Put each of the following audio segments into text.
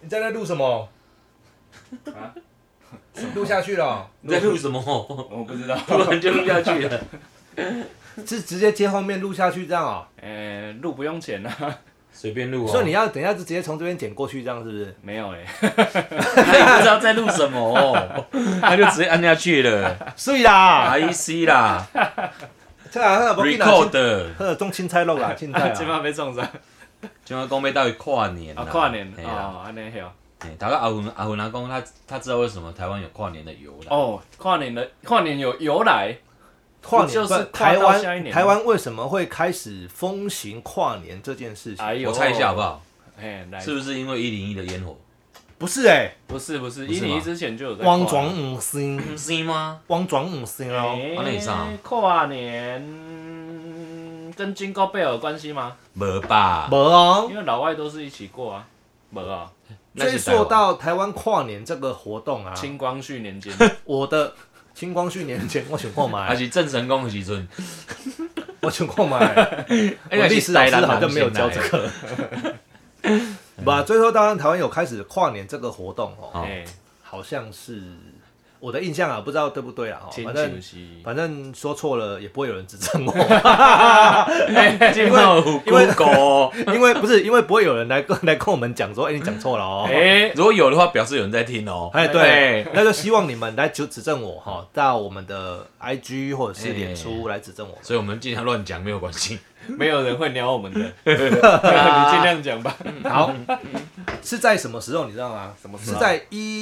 你在那录什么？ 啊？ 录下去了。 你在录什么？ 我不知道。 突然就录下去了。 是直接接后面录下去这样哦、 录不用钱啊。 随便录哦。 所以你要等一下就直接从这边剪过去，这样是不是？ 没有他也不知道在录什么哦，他就直接按下去了。 水啦， IC 啦这啊，不 ，record。 呵，种青菜肉啦，青菜今啊。 晚要创啥？ 今晚讲要到跨年啦。 跨年嘿啦。 安尼好。 大概阿文阿公他知道为什么台湾有跨年的由来。 哦，跨年有由来。 跨年就是不跨到下一年台湾为什么会开始风行跨年这件事情？ 哎呦， 我猜一下好不好？ 来， 是不是因为101的烟火？ 不是不是不是吗 101之前就有在汪庄五星， 不是吗？ 汪庄五星哦。 那你啥跨年跟金高贝尔有关系吗？ 没吧？ 没哦因。为老外都是一起过啊，没啊。 追溯到台湾跨年这个活动啊， 清光绪年间， 我的清光绪年前我想过还买， 是郑成功的时阵？ 我想过买。我历史老师好像没有教这个。不啊，最后当然台湾有开始跨年这个活动哦， 哎， 好像是我的印象啊，不知道对不对啊， 天反正球是， 反正说错了也不会有人指正我， 因为因为 Google， 因为不是因为不会有人来跟我们讲说，哎，你讲错了哦。 如果有的话，表示有人在听哦。 哎，对，那就希望你们来指正我哈，到我们的 IG 或者是脸书来指正我。 所以我们尽量乱讲没有关系。 没有人会鸟我们的，你尽量讲吧。 好，是在什么时候你知道吗？ 什么时候是在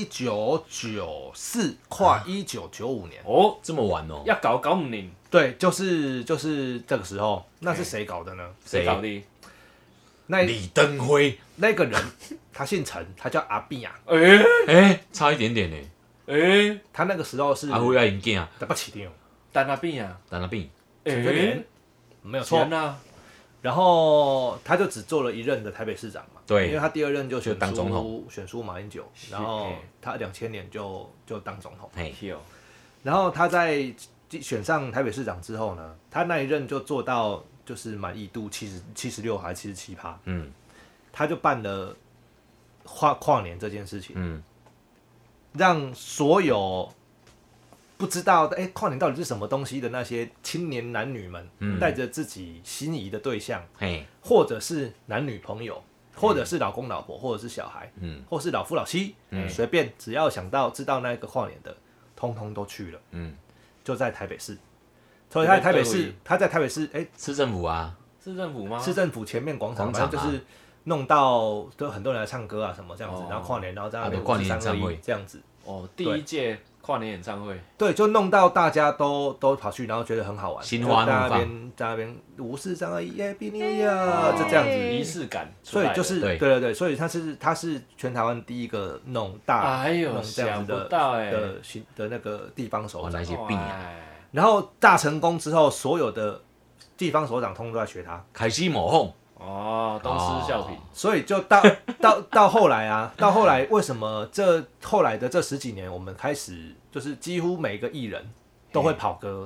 1994跨1995年。 哦， 这么晚哦？ 要搞5年， 对，就是这个时候，那是谁搞的呢？ 谁搞的？ 李登辉。 那个人他姓陈，他叫阿碧啊。 差一点点呢。 他那个时候是阿辉要赢囝， 台北市长单阿病啊， 但那病陈水扁，没有错天。啊， 然后他就只做了1任的台北市长嘛， 对因为他第2任就就当总统选输马英九，然后他2000年就当总统。 嘿， 然后他在选上台北市长之后呢，他那1任就做到就是满意度76还是77%，他就办了跨年这件事情，让所有不知道跨年到底是什么东西的那些青年男女们，带着自己心仪的对象，或者是男女朋友，或者是老公老婆，或者是小孩，或是老夫老妻，随便只要想到知道那个跨年的，通通都去了，就在台北市。所以他在台北市， 市政府啊， 市政府吗？ 市政府前面广场，反正就是弄到都很多人来唱歌啊什么这样子，然后跨年，然后在那边跨年演唱会这样子。 哦，第1届跨年演唱会， 对，就弄到大家都跑去，然后觉得很好玩， 心花怒放， 在那边五四三二一，Happy New Year，就这样子仪式感。 所以就是对，所以他是全台湾第一个弄大弄这样子的那个地方首长， 那些病啊。 然后大成功之后，所有的地方首长通通都在学他， 开始模仿。 哦，东施效颦。 所以就到后来啊，到后来为什么后来的这10几年，我们开始就是几乎每个艺人都会跑个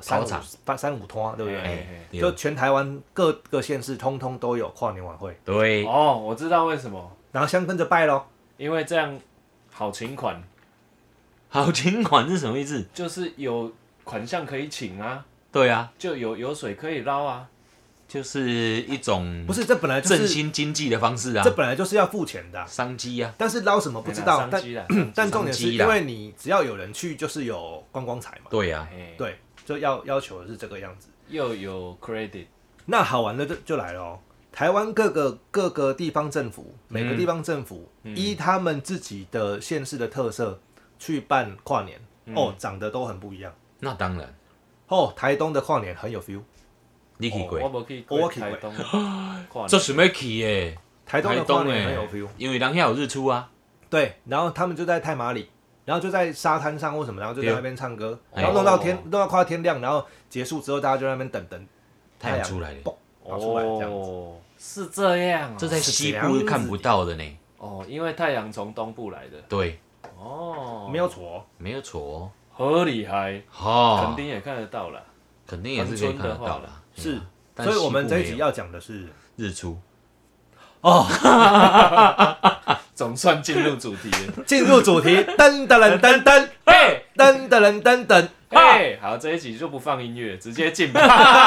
3-5趟，对不对？就全台湾各个县市通通都有跨年晚会。 对。 哦，我知道为什么。 然后相跟着拜咯， 因为这样好请款。 好请款是什么意思？ 就是有款项可以请啊。 对啊， 就有水可以捞啊。 就是一种不是，这本来就是振兴经济的方式啊， 这本来就是要付钱的商机啊。 但是捞什么不知道，但重点是因为你只要有人去，就是有观光财嘛。 对啊， 对，就要求的是这个样子， 又有 credit。 那好玩的就来了哦，台湾各个地方政府，每个地方政府依他们自己的县市的特色去办跨年，长得都很不一样。 那当然， 台东的跨年很有 feel。 你去过？ 我没去过台东。 这想要去耶！ 台东的跨年很有 feel， 因为人遐有日出啊。 对，然后他们就在太麻里，然后就在沙滩上或什么，然后就在那边唱歌，然后弄到快要天亮，然后结束之后，大家就在那边等太阳出来了， 跑出来这样子。 是这样啊， 这在西部看不到的呢。 因为太阳从东部来的。 对。 没有错， 没有错。 好厉害！肯定也看得到啦。 肯定也是可以看得到啦。 是，所以我们这一集要讲的是日出。 总算进入主题了。 进入主题，噔噔噔噔， 嘿， 噔噔噔噔， 嘿，好，这一集就不放音乐，直接进吧。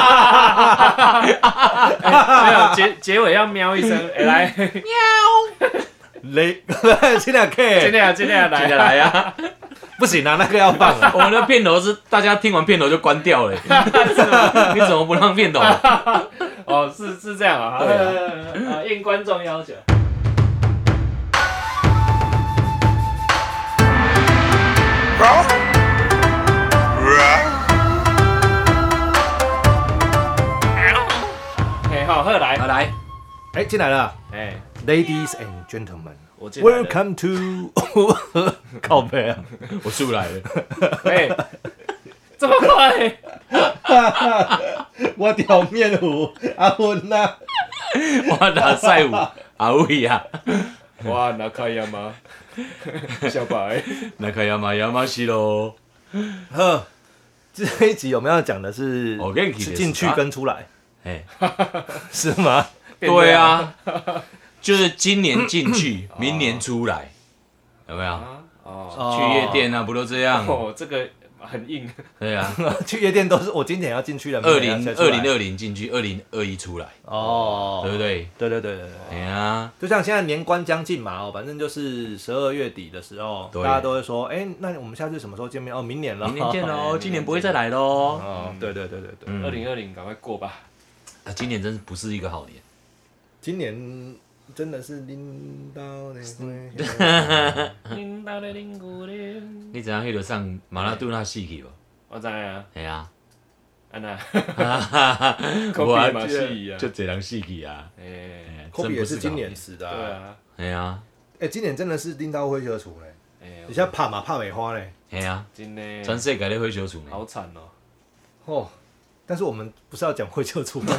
没有结尾要喵一声，来喵， 雷，今天可以， 今天来， 来呀！ 不行啊，那个要放啊。 我们的片头是大家听完片头就关掉了，你怎么不让片头？ 哦，是这样啊，好，应观众要求。嘿，好，喝来， 来， 哎，进来了哎， ，Ladies and gentlemen。 我进来了。 Welcome to 靠背啊！ 我出来了， 哎，这么快？ 我条面糊阿文呐， 我打赛舞阿伟啊， 哇，那可以吗？小白， 那可亚马西喽。 呵，这一集我们要讲的是我跟你是进去跟出来， 哎， 是吗？ 对啊，就是今年进去，明年出来，有没有？ 啊，哦， 哦去夜店啊，不都这样？ 哦，这个很硬。 对啊， 去夜店都是我今年要进去了 2020进去，2021出来， 哦， 对不对？ 对对对对对， 哎呀， 就像现在年关将近嘛，反正就是12月底的时候， 对大家都会说，哎，那我们下次什么时候见面？哦，明年了， 明年见喽，今年不会再来喽。 哦，对对对对对， 2020赶快过吧。 啊，今年真是不是一个好年。 今年真的是拎到的领导的领古林， 你知影迄个上马拉杜纳死去无？ 我知啊， 系啊， 安娜， 科科比嘛死啊就这人死去啊。 哎， 科比也是今年死的， 对，啊， 系啊， 哎，今年真的是拎到灰球处嘞， 哎， 你现在拍嘛拍梅花嘞， 系啊， 真的全世界咧火烧厝呢。 好惨哦。 哦，但是我们不是要讲灰球处吗？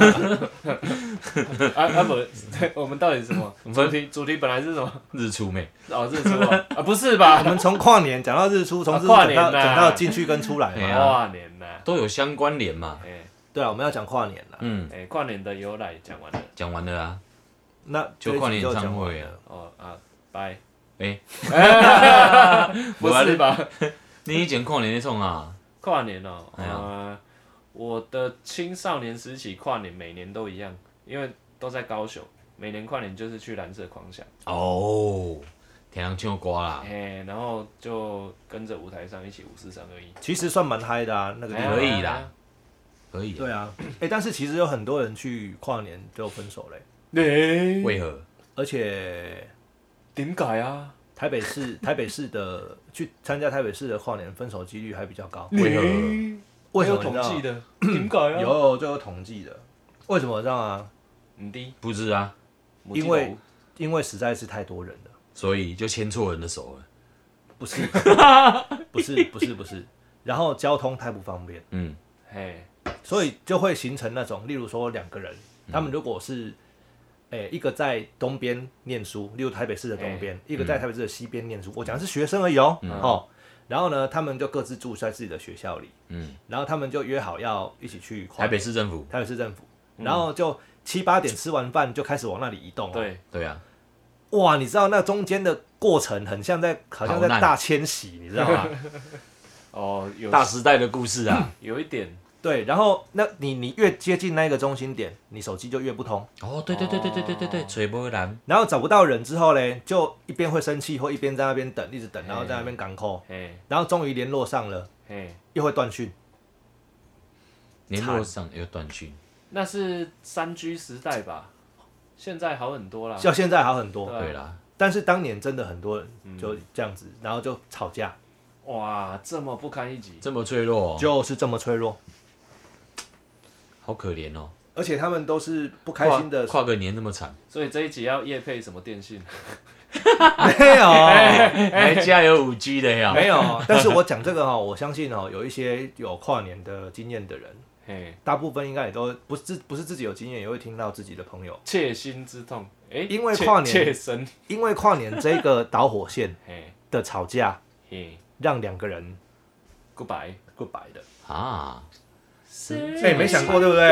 不，我们到底是什么？主题本来是什么？ 日出妹， 哦，日出啊，不是吧我？们从跨年讲到日出，从日出跨年呐讲到进去跟出来嘛。 哎呀跨年呐， 都有相关联嘛。 哎对啊，我们要讲跨年了。 嗯， 哎，跨年的由来讲完了。 讲完了啊。 那就跨年演唱会啊哦啊，拜。 哎， 不是吧？ 你以前跨年咧创啊？ 跨年哦， 哎呀我的青少年时期跨年每年都一样，因为都在高雄，每年跨年就是去蓝色狂想， 哦，听人唱歌啦。 哎，然后就跟着舞台上一起54321， 其实算蛮嗨的啊，那个地方。 可以啦，可以。 对啊，哎，但是其实有很多人去跨年就分手嘞， 为何？ 而且點解啊？ 台北市的去参加台北市的跨年分手几率还比较高。 为何？ 为什么有統計的？點解啊？ 有就有统计的。为什么这样啊？ 唔知， 不知啊， 因为实在是太多人了。 所以就牵错人的手了。 不是，不是。然后交通太不方便， 嗯， 嘿， 所以就会形成那种，例如说2个人，他们如果是，一个在东边念书，例如台北市的东边，一个在台北市的西边念书。我讲的是学生而已哦，哦。然后呢，他们就各自住在自己的学校里，然后他们就约好要一起去台北市政府。 然后就7、8点吃完饭就开始往那里移动。 对， 对啊， 哇，你知道那中间的过程好像在大迁徙，你知道吗？ 哦， 大时代的故事啊。 有一點， 对，然后那你越接近那个中心點，你手機就越不通， 哦，对，吹波兰。 然後找不到人之後呢，就一邊會生氣，或一邊在那邊等，一直等，然後在那邊趕 call， 嘿， 然後終於聯絡上了， 嘿， 又會斷訊。 联络上有短讯。 那是3G 時代吧？現在好很多啦。 像現在好很多， 对啦， 但是當年真的很多人就這樣子，然後就吵架， 哇，這麼不堪一擊。 这么脆弱哦， 就是這麼脆弱， 好可怜哦。 而且他們都是不開心的， 跨个年那么惨， 所以這一集要業配什麼電信？ 沒有。 还加有5G 的呀？ 没有，但是我讲这个哈，我相信哦，有一些有跨年的经验的人， 嘿， 大部分应该也都不是自己有经验，也会听到自己的朋友， 切心之痛。哎， 因為跨年切身。 因为跨年这个导火线嘿， 的吵架， 嘿让2个人 ，goodbye。 goodbye 的。 啊， 没想过对不对？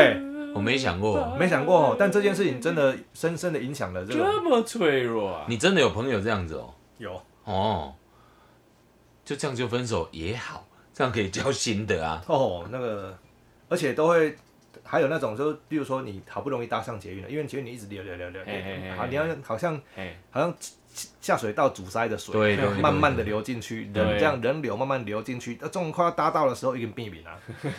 我没想过， 没想过，但这件事情真的深深的影响了这个。 这么脆弱啊！ 你真的有朋友这样子哦？ 有哦，就这样就分手也好，这样可以交新的啊。 哦，那个，而且都会。还有那种，就比如说你好不容易搭上捷运了，因为捷运你一直流，好，你要好像下水道阻塞的水， 对， 慢慢的流进去，人这样人流慢慢流进去，终于快要搭到的时候，已经变平了，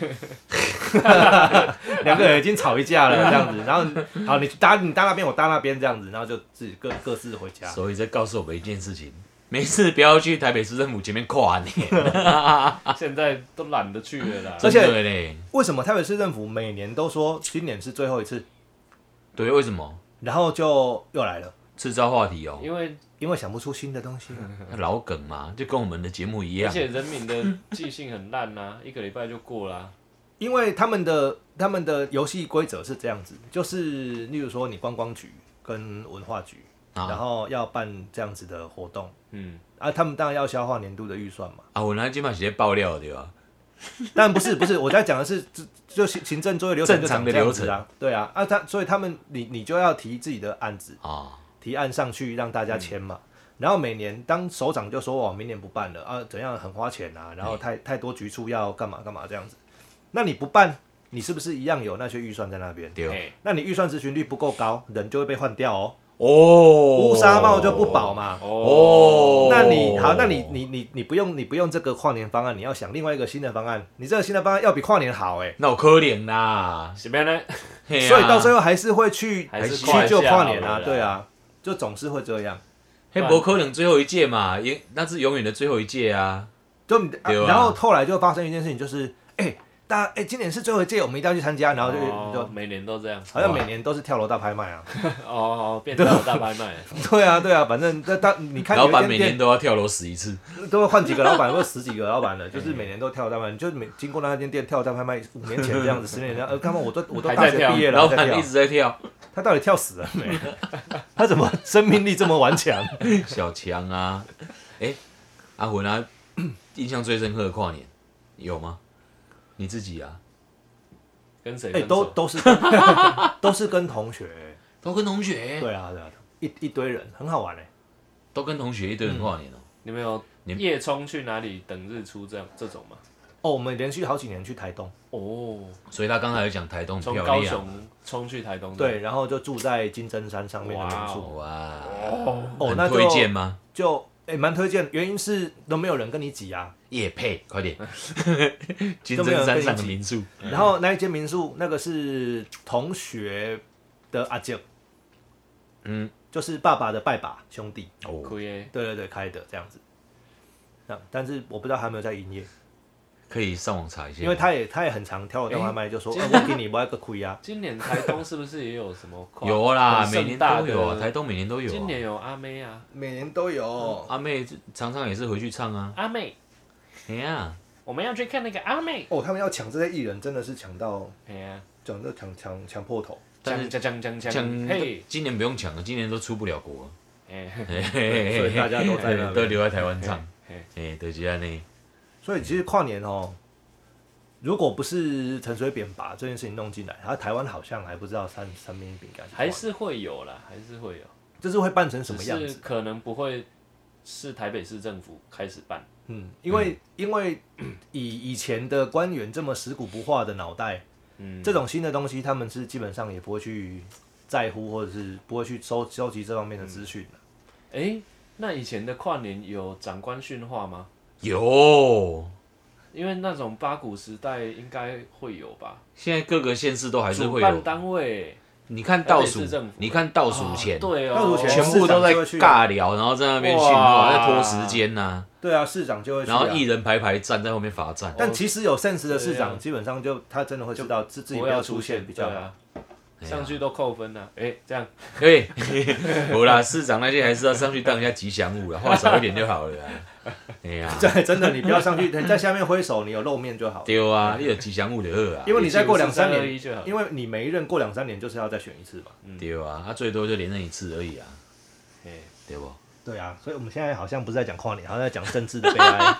两个人已经吵一架了这样子，然后好你搭那边，我搭那边这样子，然后就自己各自回家。 所以这告诉我们一件事情。没事，不要去台北市政府前面跨年。 现在都懒得去了啦。 而且嘞， 为什么台北市政府每年都说今年是最后一次？ 对，为什么？ 然后就又来了， 制造话题哦。 因为想不出新的东西。 老梗嘛，就跟我们的节目一样。 而且人民的记性很烂啊，一个礼拜就过啦。 因为他们的游戏规则是这样子，就是例如说你观光局跟文化局。然后要办这样子的活动，他们当然要消化年度的预算嘛。 啊，我那今晚直接爆料对吧？ 但不是，我在讲的是就行政作业流程正常的流程啊，对啊，所以他们你就要提自己的案子提案上去让大家签嘛。然后每年当首长就说明年不办了啊，怎样很花钱啊，然后太多局处要干嘛这样子，那你不办，你是不是一样有那些预算在那边？ 对， 那你预算执行率不够高，人就会被换掉哦。 乌纱帽就不保嘛。那你不用这个跨年方案，你要想另外一个新的方案。你这个新的方案要比跨年好那有可能啦。 什么呢？ 所以到最后还是会去就跨年啊，对啊，就总是会这样。 嘿，不可能最后一届嘛，那是永远的最后一届啊。 然后后来就发生一件事情，就是大家今年是最后一届，我们一定要去参加，然后就每年都这样， 好像每年都是跳楼大拍卖啊。 变跳楼大拍卖。 对啊，反正你看， 老板每年都要跳楼死一次， 都会换几个老板或十几个老板了，就是每年都跳楼大拍卖，就是经过那间店跳楼大拍卖5年前这样子，10年前，看看我都大学毕业了， 老板一直在跳， 他到底跳死了没？他怎么生命力这么顽强？ 小强啊，阿文啊，印象最深刻的跨年有吗？你自己啊？ 跟谁？ 都是跟同学， 都跟同学。 对啊，一堆人，很好玩都跟同学一堆人跨年哦。 你们有夜冲去哪里等日出这种吗？ 我们连续好几年去台东。 所以他刚才有讲台东很漂亮。 从高雄冲去台东。 对，然后就住在金针山上面的民宿。 哇， 那推荐吗？ 就蛮推荐，原因是都没有人跟你挤啊。 业配，快点！金针山上的民宿， 然后那一间民宿，那个是同学的阿舅，就是爸爸的拜把兄弟，对，开的这样子。但是我不知道还有没有在营业， 可以上网查一下。 因为他也很常挑我电话麦，就说我给你我要个亏啊。 今年台东是不是也有什么？ 有啦，每年都有啊，台东每年都有。 今年有阿妹啊， 每年都有。 阿妹常常也是回去唱啊。 阿妹。 哎呀， 我们要去看那个阿妹。 他们要抢这些艺人，真的是抢到，抢破头。 抢， 嘿，今年不用抢了，今年都出不了国。 所以大家都在那， 都留在台湾唱。对，就这样。 所以其实跨年如果不是陈水扁把这件事情弄进来，台湾好像还不知道三明饼干。 还是会有啦，还是会有。 这是会办成什么样子？ 可能不会是台北市政府开始办。 因为以前的官员这么食古不化的脑袋，这种新的东西他们是基本上也不会去在乎，或者是不会去收集这方面的资讯的。 那以前的跨年有长官训话吗？ 有， 因为那种八股时代应该会有吧。 现在各个县市都还是会有。 主办单位。 你看倒数前， 对哦， 倒数前全部都在尬聊，然后在那边训话，在拖时间呐。 对啊，市长就会去。 然后艺人排站在后面罚站。 但其实有 sense 的市长，基本上他真的会知道自己不要出现比较好。 上去都扣分了，这样。 有啦，市长那些还是要上去当一下吉祥物啦，话少一点就好了啦。 对，真的，你不要上去，你在下面挥手，你有露面就好。 对啊，你有吉祥物就好啊。 因为你再过2-3年，因为你每一任过2-3年就是要再选一次嘛。 对啊，他最多就连任一次而已啊。对不？ 对啊，所以我们现在好像不是在讲跨年，好像在讲政治的悲哀。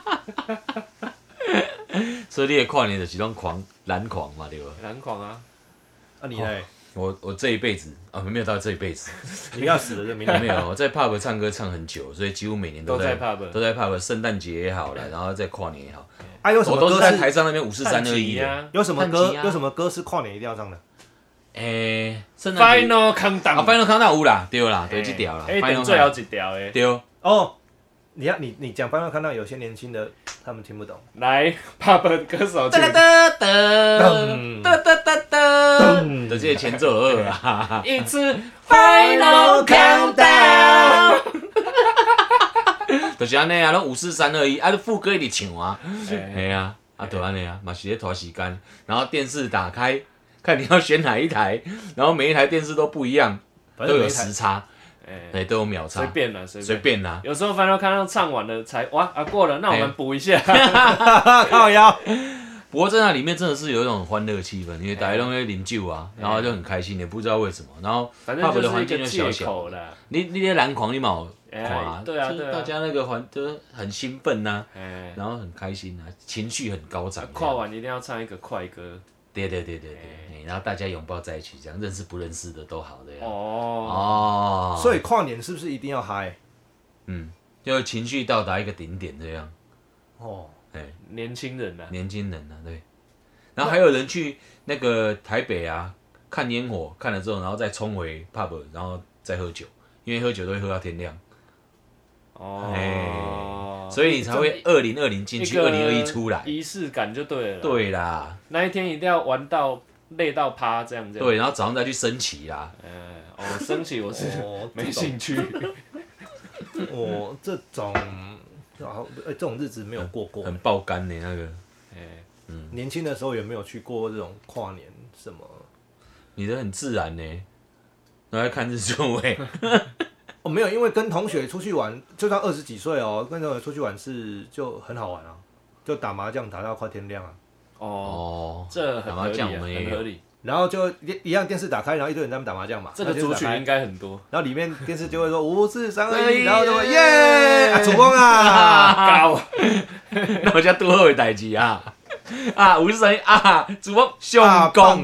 所以你的跨年就是那种蓝狂嘛，对吧？ 蓝狂啊。 啊，你嘞？ 我这一辈子啊，没有到这一辈子， 你要死了这明年没有我在 pub 唱歌唱很久，所以几乎每年都在都在 pub， 圣诞节也好了，然后在跨年也好， 啊，有什我都是在么歌是？ 台上那边54321的。 有什么歌？ 看集啊有什么歌是跨年一定要唱的？ 圣诞节 ，Final Countdown， 啊，Final Countdown 有啦，对啦，对这条啦，Final 最后一条的， 对， 哦，你讲 Final Countdown，有些年轻的他们听不懂。 来 pub 歌手请， 就这个前奏二啊， 一次 Final Countdown， 就是安尼啊，拢54321，啊，副歌一直唱啊， 哎嘿啊，啊，就安尼啊，嘛是咧拖时间，然后电视打开，看你要选哪一台，然后每一台电视都不一样，都有时差，对，都有秒差， 随便啦， 随便啦。 有时候 Final Countdown 唱完了才哇啊过了，那我们补一下。 靠腰。 不过在那里面真的是有一种很欢乐气氛，因为大家都在饮酒啊，然后就很开心，也不知道为什么。然后反正就的环是一个境就小小借口，啦。 你在篮狂，你嘛有看， 对啊就是对啊大家那个就是很兴奋呐， 哎， 然后很开心呐，情绪很高涨。 跨完一定要唱一个快歌。 对，然后大家拥抱在一起，这样认识不认识的都好的呀。 哦， 所以跨年是不是一定要嗨？ 就情绪到达一个顶点这样。 哦， 年轻人啊， 年轻人啊，对。然后还有人去那个台北啊看烟火，看了之后，然后再冲回 pub， 然后再喝酒，因为喝酒都会喝到天亮。 哦， 所以你才会2020进去，2021出来。 仪式感就对了。 对啦， 那一天一定要玩到累到趴这样。 对，然后早上再去升旗啦。 升旗我是没兴趣。 我这种这种日子没有过过。 很爆肝的那个。 年轻的时候有没有去过这种跨年什么？ 你的很自然呢，然后看日出哎。 哦，没有，因为跟同学出去玩，就算20几岁哦，跟同学出去玩就很好玩啊，就打麻将打到快天亮啊。 哦，这很合理啊，很合理。 然后就一样电视打开，然后一堆人在那边打麻将嘛。 这个族群应该很多。 然后里面电视就会说5、4、3、2、1，然后就会耶啊，主公啊， 高， 那我叫拄好的代志啊。啊，5、4、3、2啊，主公上棒公。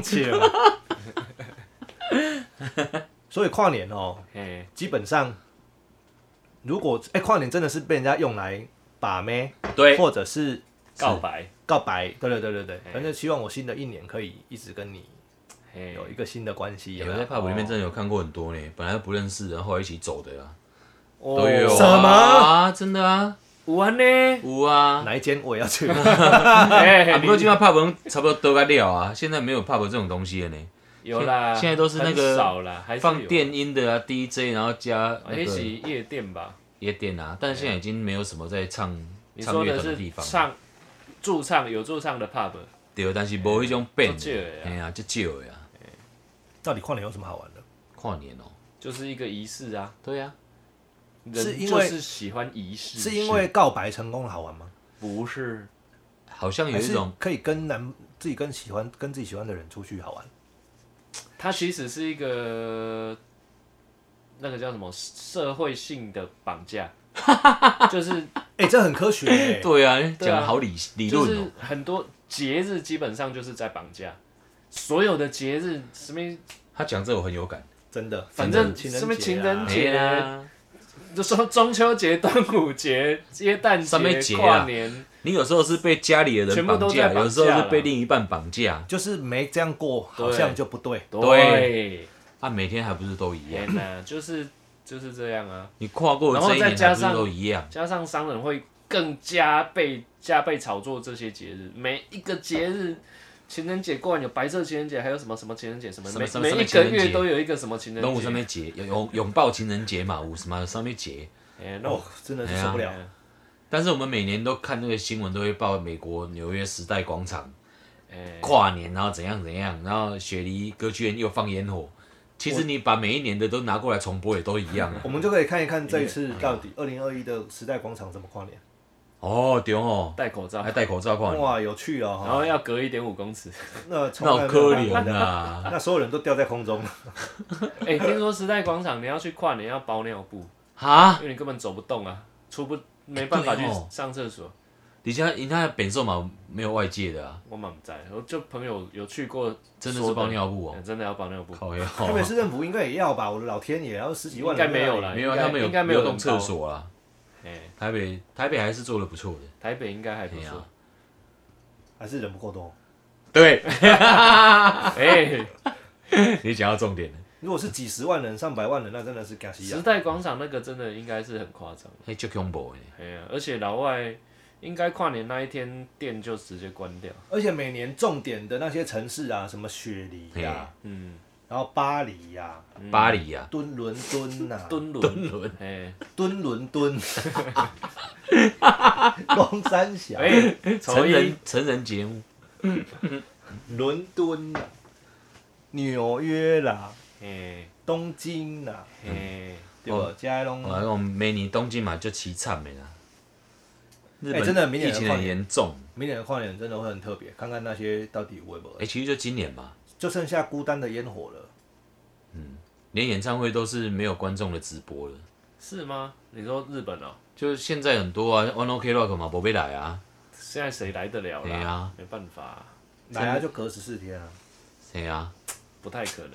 所以跨年哦，基本上如果跨年真的是被人家用来把妹， 对， 或者是告白， 对，反正希望我新的一年可以一直跟你有一个新的关系。 有在 pub 里面真的有看过很多呢，本来不认识，然后后来一起走的啦， 都有什么啊？真的啊？ 有啊呢？ 有啊。 哪一间我也要去？ 不过今晚 pub 差不多都该了啊，现在没有 pub 这种东西了呢。 有啦， 现在都是那个少啦，还是放电音的啊 DJ， 然后加那个夜店吧， 夜店啊，但是现在已经没有什么在唱乐团的地方。 有驻唱的 pub， 对，但是无迄种变， 哎呀，就少的啊。 到底跨年有什么好玩的？ 跨年哦， 就是一个仪式啊。 对啊， 是因为就是喜欢仪式， 是因为告白成功好玩吗？ 不是， 好像有一种可以跟自己喜欢的人出去好玩。 它其实是一个那个叫什么社会性的绑架，就是这很科学。 对啊，讲的好理论哦。 就是很多节日基本上就是在绑架，所有的节日什么， 他讲这我很有感， 真的。 反正什么情人节啊， 就说中秋节、端午节、耶诞节、跨年。 你有时候是被家里的人绑架，有时候是被另一半绑架， 就是没这样过，好像就不对。 对， 每天还不是都一样？ 就是这样啊。 你跨过这一年还不是都一样？ 加上商人会更加倍炒作这些节日，每一个节日，情人节过完有白色情人节，还有什么情人节什么，每一个月都有一个什么情人节。 动物上面节拥抱情人节嘛，有什么上面节？ 真的是受不了。 但是我们每年都看那个新闻，都会报美国纽约时代广场跨年，然后怎样，然后雪梨歌剧院又放烟火。其实你把每一年的都拿过来重播，也都一样。 我们就可以看一看这一次到底2021的时代广场怎么跨年。 哦，对哦， 戴口罩， 还戴口罩跨年， 哇，有趣哦。 然后要隔1.5公尺， 那好可怜啊！ 那所有人都掉在空中。 听说时代广场你要去跨年要包尿布哈， 因为你根本走不动啊，没办法去上厕所。 而且因他的本寿嘛没有外界的啊， 我满不在，我就朋友有去过， 真的是包尿布哦， 真的要包尿布。 靠腰， 台北市政府应该也要吧？我的老天爷，要10几万应该没有啦， 没有，他们有应该没有流动厕所啦。台北还是做的不错的， 台北应该还不错， 还是人不够多。 对，你讲到重点了。 如果是几十万人、上百万人，那真的是惊死时代广场那个真的应该是很夸张， 那就恐怖的。而且老外应该跨年那一天店就直接关掉。 而且每年重点的那些城市啊，什么雪梨呀，然后巴黎呀，敦伦敦呐， 敦伦敦， 光三峡， 成人节目， 伦敦啦，纽约啦。东京啦，对吧？加拢。 我讲每年东京嘛就凄惨的啦。日本真的明年疫情很严重， 明年的跨年真的会很特别，看看那些到底会不会。 其实就今年嘛， 就剩下孤单的烟火了。 连演唱会都是没有观众的直播了。 是吗？你说日本哦？ 就是现在很多啊，One OK Rock 嘛，不被来啊。 现在谁来得了啦？没办法， 来啊就隔14天啊。 对啊， 不太可能。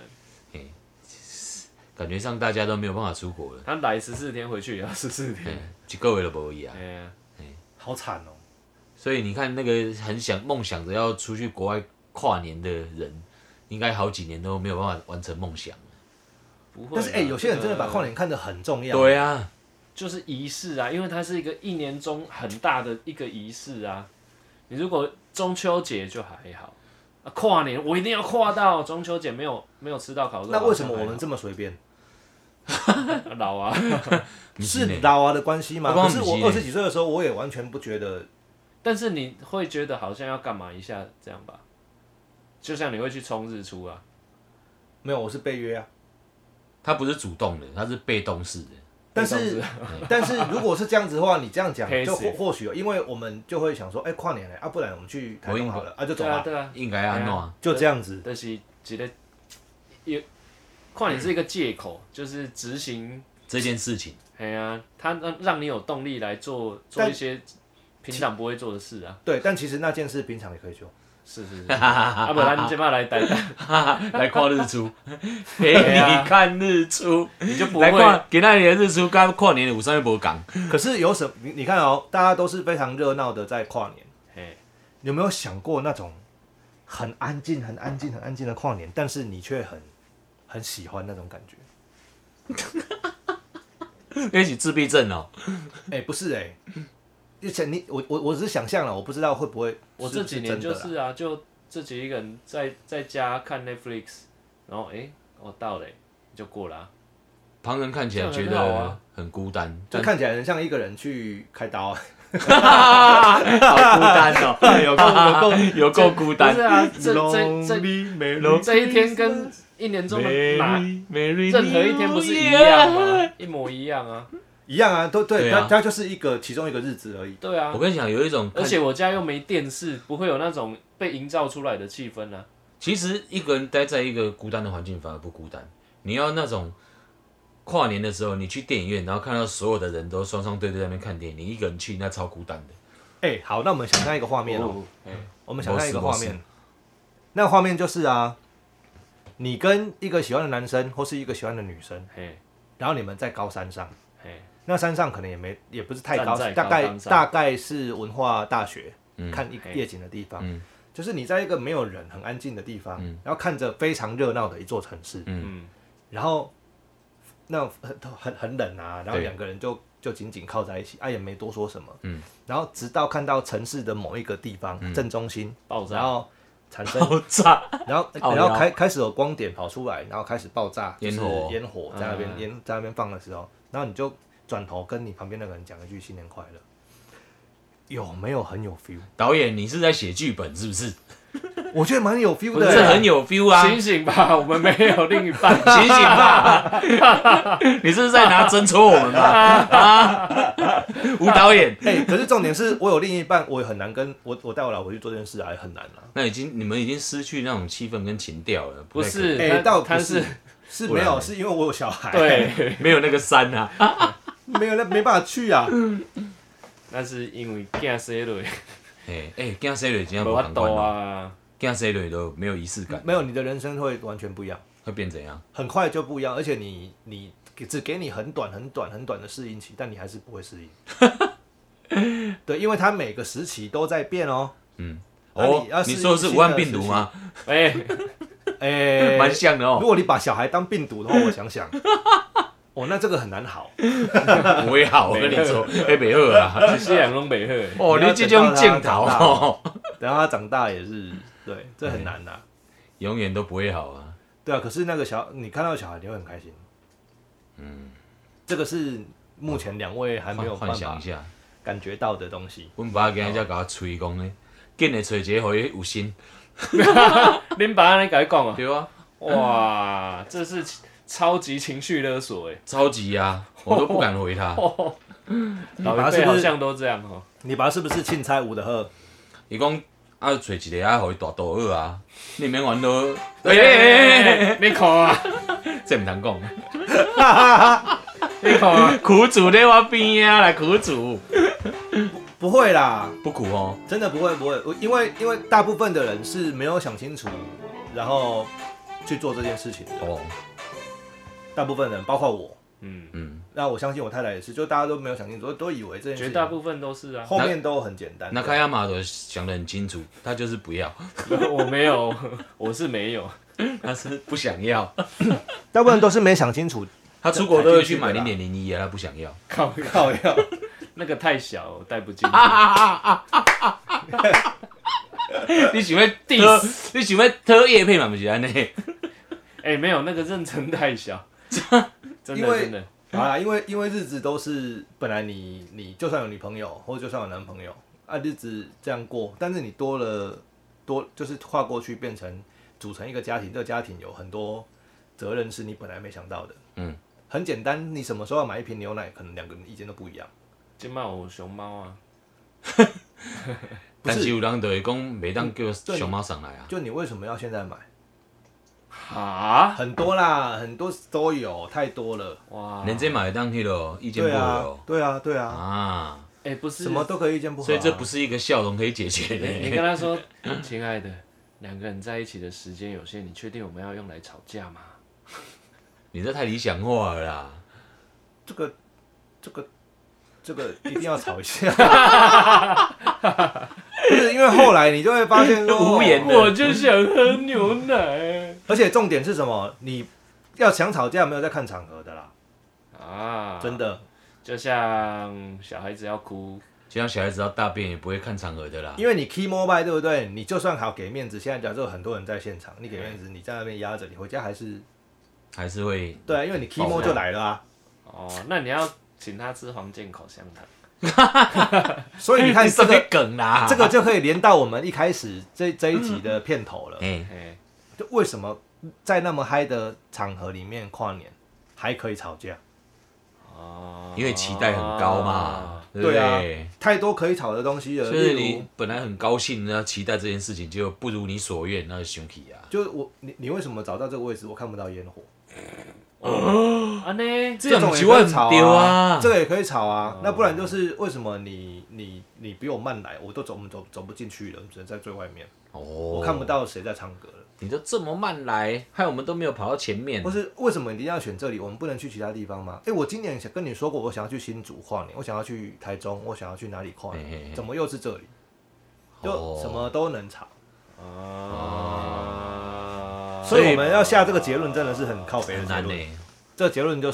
感觉上大家都没有办法出国了。 他来14天，回去也要14天， 一个月都不一啊。 好惨哦。 所以你看，那个梦想着要出去国外跨年的人，应该好几年都没有办法完成梦想。 不会。 但是有些人真的把跨年看得很重要。 对啊， 就是仪式啊，因为它是一个1年中很大的一个仪式啊。你如果中秋节就还好。跨年我一定要跨到中秋节没有吃到烤肉。 那为什么我们这么随便？ 老啊， 是老啊的关系吗？可是我20几岁的时候，我也完全不觉得。 但是你会觉得好像要干嘛一下这样吧？就像你会去冲日出啊？ 没有，我是被约啊。 他不是主动的，他是被动式的。 但是如果是这样子的话，你这样讲就或许，因为我们就会想说，跨年了不然我们去台东好了就走吧。 对啊， 应该安诺就这样子。 但是觉得跨年是一个借口，就是执行这件事情。 它让你有动力来做一些平常不会做的事啊。 对，但其实那件事平常也可以做。 是，不然你今晚来来看日出，陪你看日出， 你就不会给那里的日出跟跨年的有啥不同？ 可是有什么？你看哦，大家都是非常热闹的在跨年。有没有想过那种很安静的跨年，但是你却很喜欢那种感觉？ 那是自闭症哦。 不是我只是想象了，我不知道会不会。 我这几年就是啊，就自己一个人在家看 Netflix， 然后我到了就过了。 旁人看起来觉得很孤单， 就看起来很像一个人去开刀。 好孤单哦，有够孤单。 不是啊，这一天跟1年中的任何一天不是一样吗？一模一样啊。 一样啊，对，它就是其中一个日子而已。 对啊， 我跟你讲，有一种， 而且我家又没电视，不会有那种被营造出来的气氛啊。 其实一个人待在一个孤单的环境反而不孤单。你要那种跨年的时候，你去电影院，然后看到所有的人都双双对在那边看电影，你一个人去，那超孤单的。好，那我们想象一个画面哦。我们想象一个画面，那个画面就是啊，你跟一个喜欢的男生或是一个喜欢的女生，然后你们在高山上。那山上可能也不是太高，大概是文化大学看夜景的地方，就是你在一个没有人、很安静的地方，然后看着非常热闹的一座城市，然后那很冷啊，然后两个人就紧紧靠在一起，也没多说什么，然后直到看到城市的某一个地方正中心爆炸， 然后产生爆炸，然后开始有光点跑出来，然后开始爆炸，烟火在那边放的时候，然后你就转头跟你旁边那个人讲一句新年快乐，有没有很有 feel？ 导演，你是在写剧本是不是？ 我觉得蛮有 feel 的， 是很有 feel 啊！ 醒醒吧，我们没有另一半， 醒醒吧！你是不是在拿针戳我们吗？吴导演， 可是重点是我有另一半，我也很难跟我带我老婆去做这件事啊，也很难啊。 那你们已经失去那种气氛跟情调了。 不是， 他是没有，是因为我有小孩， 对， 没有那个山啊， 没办法去啊。 那是因为囝生落， 囝生落真正无无法度同款哦， 啊。 囝生落都没有仪式感， 没有，你的人生会完全不一样， 会变怎样？ 很快就不一样，而且你只给你很短的适应期，但你还是不会适应。对，因为它每个时期都在变哦。 你说的是武汉病毒吗？蛮像的哦。 如果你把小孩当病毒的话，我想想，那这个很难好。 不会好，我跟你说，袂好啊。 一世人拢袂好。 哦，你这种镜头哦， 等到他长大也是，对，这很难呐。 永远都不会好啊。 对啊，可是那个你看到小孩，你会很开心。这个是目前2位还没有办法感觉到的东西。 阮爸今日才甲我催讲呢，紧的找一个互伊有心。 恁爸安尼甲你讲啊？ 对啊。 哇，这是超级情绪勒索哎！ 超级啊，我都不敢回他。 老一辈好像都这样哦。 你爸是不是凊彩有的好？ 伊讲啊，找一个啊，互伊大肚学啊，你免烦恼。 你看啊， 这唔通讲。 你看啊， 苦主在我边啊，来苦主。 不会啦， 不苦哦， 真的不会，因为大部分的人是没有想清楚，然后去做这件事情的。哦，大部分人，包括我，那我相信我太太也是，就大家都没有想清楚，都以为这件事情， 绝大部分都是啊， 后面都很简单。 那开亚马都想得很清楚，他就是不要。 我没有，我是没有， 他是不想要。 大部分都是没想清楚。 他出国都会去买0.01啊，他不想要。 靠要。 那个太小，我带不进去。 你想要特业配嘛？不是安尼？ 没有，那个认真太小，真的。 好啦，因为日子都是本来你就算有女朋友或者就算有男朋友啊，日子这样过，但是你多就是跨过去变成组成一个家庭，这个家庭有很多责任是你本来没想到的。很简单，你什么时候要买一瓶牛奶，可能2个人意见都不一样。 今麦有熊猫啊， 但是有人就会讲，袂当叫熊猫上来啊。 就你为什么要现在买？ 啊， 很多啦，很多都有，太多了。 哇，连这买当去了，意见不合哦。 对啊。 啊， 不是， 什么都可以意见不合。 所以这不是一个笑容可以解决的。 你跟他说，亲爱的，2个人在一起的时间有限，你确定我们要用来吵架吗？ 你这太理想化了啦。 这个一定要吵一下，不是因为后来你就会发现说， 无言的， 我就想喝牛奶。 而且重点是什么？你要想吵架，没有在看场合的啦。啊，真的， 就像小孩子要哭， 就像小孩子要大便也不会看场合的啦。 因为你 key mobile 对不对？你就算好给面子，现在假设有很多人在现场，你给面子，你在那边压着，你回家还是会对啊，因为你 key mo 就来了啊。 那你要请他吃黄健口香糖。 所以你看这个梗啦， 这个就可以连到我们一开始这一集的片头了。就为什么在那么嗨的场合里面跨年还可以吵架？ 因为期待很高嘛，对不对？ 啊，太多可以吵的东西了。 所以你本来很高兴，然后期待这件事情，就不如你所愿，那就生气啊。 就你为什么找到这个位置，我看不到烟火？ 这种也可以吵啊，这个也可以吵啊。那不然就是为什么你比我慢来，我们走不进去了，只能在最外面。我看不到谁在唱歌了。 你都这么慢来，害我们都没有跑到前面。 或是为什么你一定要选这里？我们不能去其他地方吗？我今年想跟你说过，我想要去新竹跨年，我想要去台中，我想要去哪里跨年？怎么又是这里？就什么都能吵。所以我们要下这个结论，真的是很靠北的结论。这个结论就是，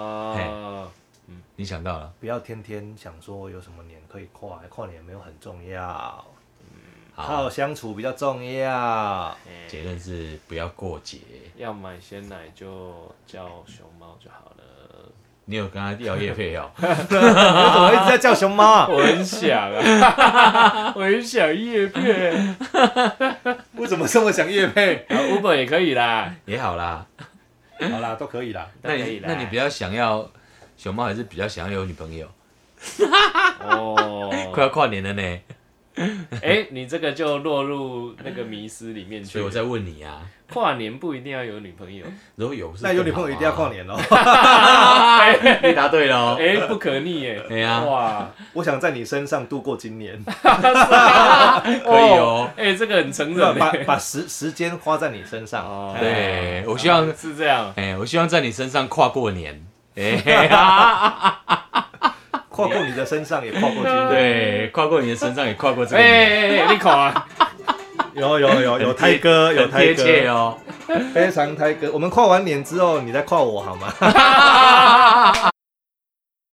你想到了， 不要天天想说有什么年可以跨年没有很重要，好好相处比较重要。 结论是不要过节。 要买鲜奶就叫熊猫就好了。 你有跟他要业配哦？ 你怎么一直在叫熊猫啊？ 我很想啊，我很想业配。 为什么这么想业配 ？Uber 也可以啦， 也好啦， 好啦，都可以啦。 那你比较想要熊猫，还是比较想要有女朋友？快要跨年了呢。 你这个就落入那个迷思里面去。 所以我在问你啊， 跨年不一定要有女朋友， 如果有， 那有女朋友一定要跨年咯。 你答对了哦。 不可逆耶。 哎呀， 哇， 我想在你身上度过今年， 可以哦。 这个很成人。 把时间花在你身上。 哦， 对，我希望是这样。 我希望在你身上跨过年。 跨过你的身上，也跨过今年。 对，跨过你的身上，也跨过这个年。 你口啊。 有胎哥，有胎贴切哥哦， 非常胎哥。我们跨完年之后，你再跨我好吗？